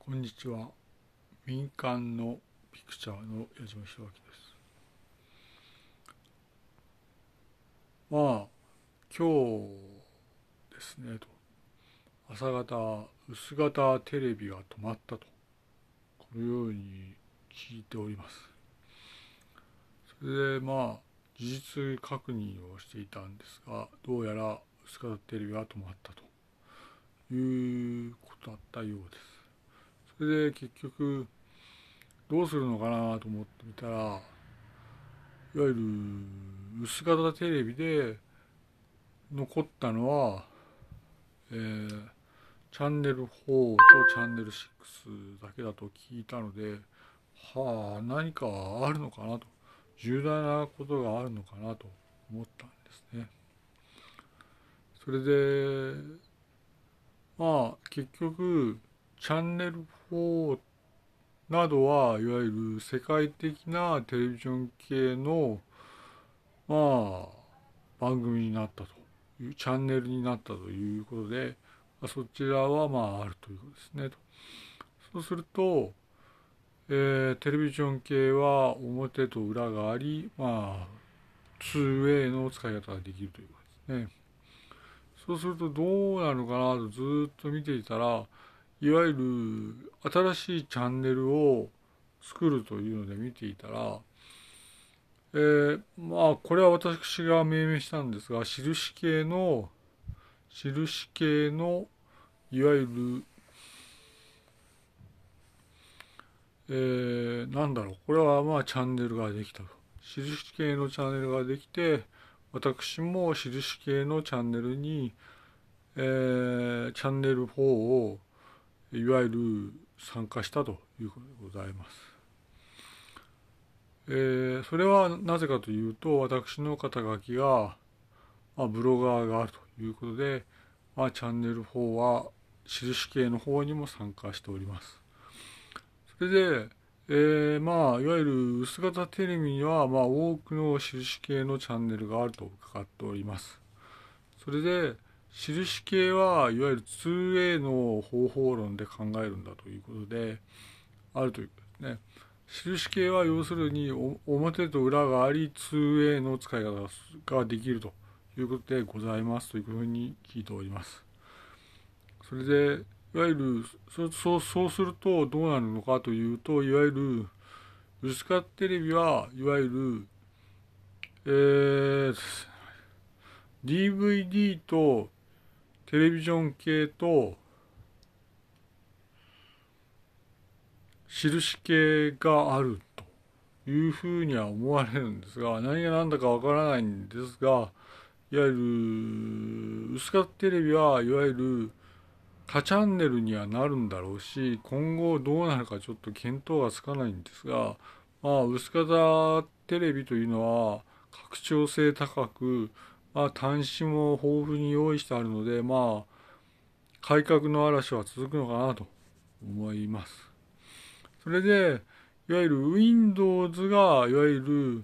こんにちは。民間のピクチャーの矢島弘明です。今日ですね朝方薄型テレビが止まったと、このように聞いております。それで事実確認をしていたんですが、どうやら薄型テレビが止まったということだったようです。それで結局どうするのかなと思ってみたら、いわゆる薄型テレビで残ったのは、チャンネル4とチャンネル6だけだと聞いたので、何かあるのかなと、重大なことがあるのかなと思ったんですね。それで結局チャンネル4などはいわゆる世界的なテレビジョン系の番組になったというチャンネルになったということで、そちらはあるということですねと。そうすると、テレビジョン系は表と裏があり、2way の使い方ができるということですね。そうするとどうなるのかなとずっと見ていたら、いわゆる新しいチャンネルを作るというので見ていたら、これは私が命名したんですが、印系のいわゆる、これはチャンネルができたと。印系のチャンネルができて、私も印系のチャンネルに、チャンネル4をいわゆる参加したということでございます。それはなぜかというと、私の肩書きが、ブロガーがあるということで、チャンネル4は印系の方にも参加しております。それで、いわゆる薄型テレビには、多くの印系のチャンネルがあると伺っております。それで、印系はいわゆる 2way の方法論で考えるんだということで、あるということですね。印系は要するに表と裏があり 2way の使い方ができるということでございますというふうに聞いております。それでいわゆるそうするとどうなるのかというと、いわゆる薄型テレビはいわゆる、DVD とテレビジョン系と印系があるというふうには思われるんですが、何が何だかわからないんですが、いわゆる薄型テレビはいわゆる多チャンネルにはなるんだろうし、今後どうなるかちょっと見当がつかないんですが、薄型テレビというのは拡張性高く、端子も豊富に用意してあるので、改革の嵐は続くのかなと思います。それで、いわゆる Windows が、いわゆる、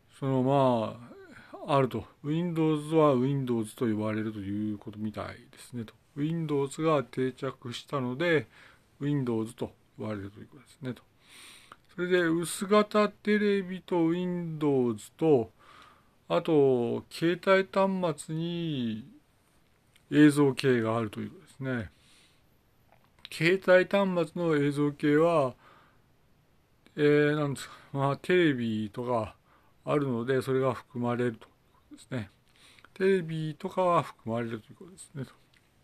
あると。Windows は Windows と呼ばれるということみたいですねと。Windows が定着したので、Windows と呼ばれるということですねと。それで、薄型テレビと Windows と、あと、携帯端末に映像系があるということですね。携帯端末の映像系は、なんですか、テレビとかあるので、それが含まれるということですね。テレビとかは含まれるということですね。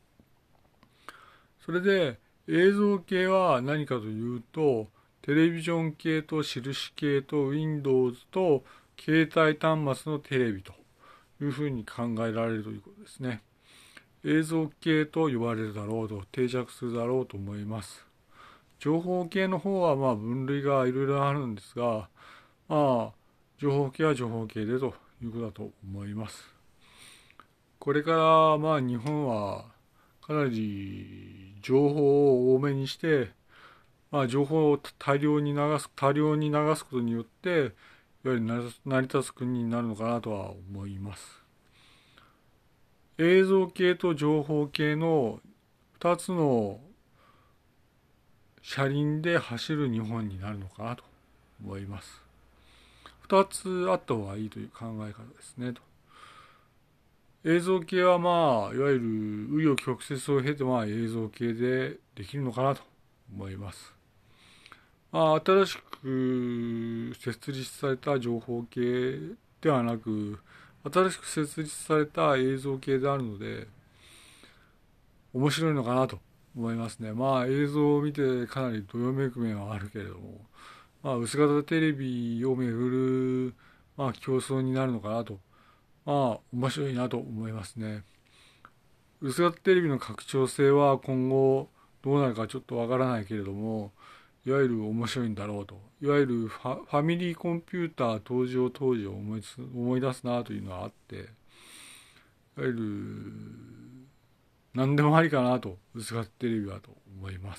それで、映像系は何かというと、テレビジョン系と印系と Windows と携帯端末のテレビというふうに考えられるということですね。映像系と呼ばれるだろうと、定着するだろうと思います。情報系の方は分類がいろいろあるんですが、情報系は情報系でということだと思います。これから日本はかなり情報を多めにして、情報を多量に流すことによって、いわゆる成り立つ国になるのかなとは思います。映像系と情報系の2つの車輪で走る日本になるのかなと思います。2つあった方がいいという考え方ですねと。映像系はまあいわゆる紆余曲折を経て映像系でできるのかなと思います。新しく設立された情報系ではなく、新しく設立された映像系であるので面白いのかなと思いますね。映像を見てかなりどよめく面はあるけれども、薄型テレビをめぐる競争になるのかなと、面白いなと思いますね。薄型テレビの拡張性は今後どうなるかちょっとわからないけれども、いわゆる面白いんだろうと。いわゆるファミリーコンピューター登場当時を思い出すなというのはあって、いわゆる何でもありかなと、薄型テレビはと思います。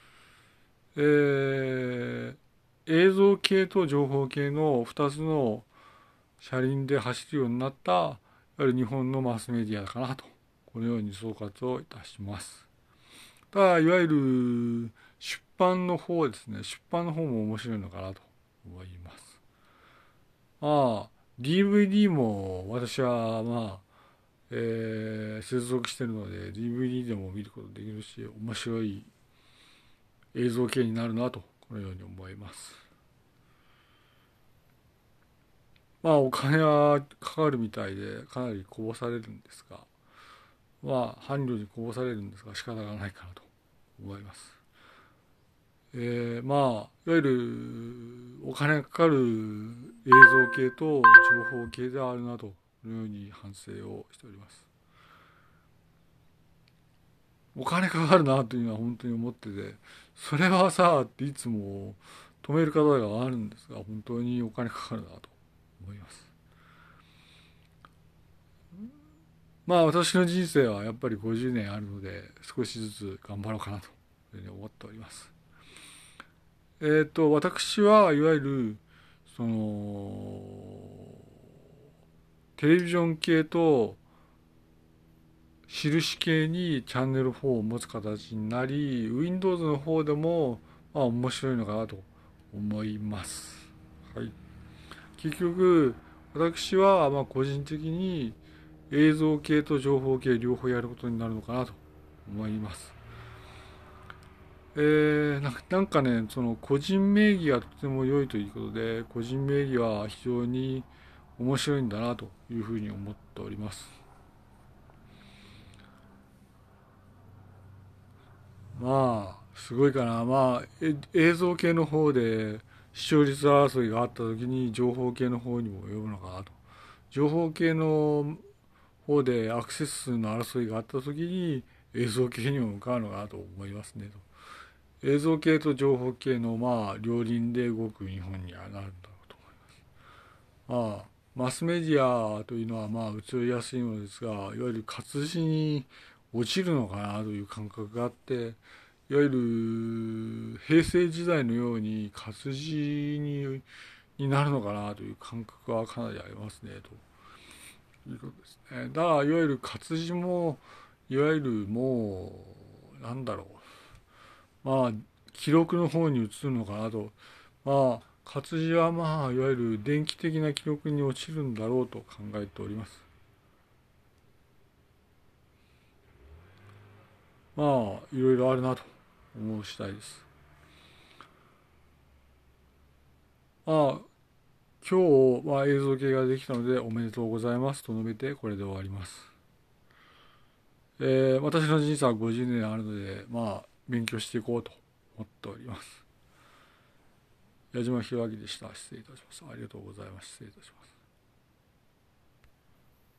映像系と情報系の2つの車輪で走るようになったいわゆる日本のマスメディアかなと、このように総括をいたします。ただいわゆる出版の方ですね、出版の方も面白いのかなと思います。DVD も私は接続しているので DVD でも見ることできるし、面白い映像系になるなとこのように思います。お金はかかるみたいでかなりこぼされるんですが、伴侶にこぼされるんですが仕方がないかなと思います。いわゆるお金がかかる映像系と情報系であるなと、このように反省をしております。お金かかるなというのは本当に思ってて、それはさっていつも止める方があるんですが、本当にお金かかるなと思います。私の人生はやっぱり50年あるので、少しずつ頑張ろうかなというふうに思っております。私はいわゆるそのテレビジョン系と印系にチャンネル4を持つ形になり、Windows の方でも面白いのかなと思います。はい。結局私は個人的に映像系と情報系両方やることになるのかなと思います。なんかね、その個人名義がとても良いということで、個人名義は非常に面白いんだなというふうに思っております。すごいかな。映像系の方で視聴率争いがあった時に情報系の方にも及ぶのかなと。情報系の方でアクセス数の争いがあった時に映像系にも向かうのかなと思いますねと。映像系と情報系の両輪で動く日本にはなるんだろうと思います。マスメディアというのは映りやすいのですが、いわゆる活字に落ちるのかなという感覚があって、いわゆる平成時代のように活字になるのかなという感覚はかなりありますねということですね。だからいわゆる活字もいわゆるもうなんだろう、記録の方に移るのかなと。活字はいわゆる電気的な記録に落ちるんだろうと考えております。いろいろあるなと思う次第です。今日は映像系ができたのでおめでとうございますと述べてこれで終わります。私の人生は50年あるので勉強していこうと思っております。矢島弘明でした。失礼いたします。ありがとうございます。失礼いたします。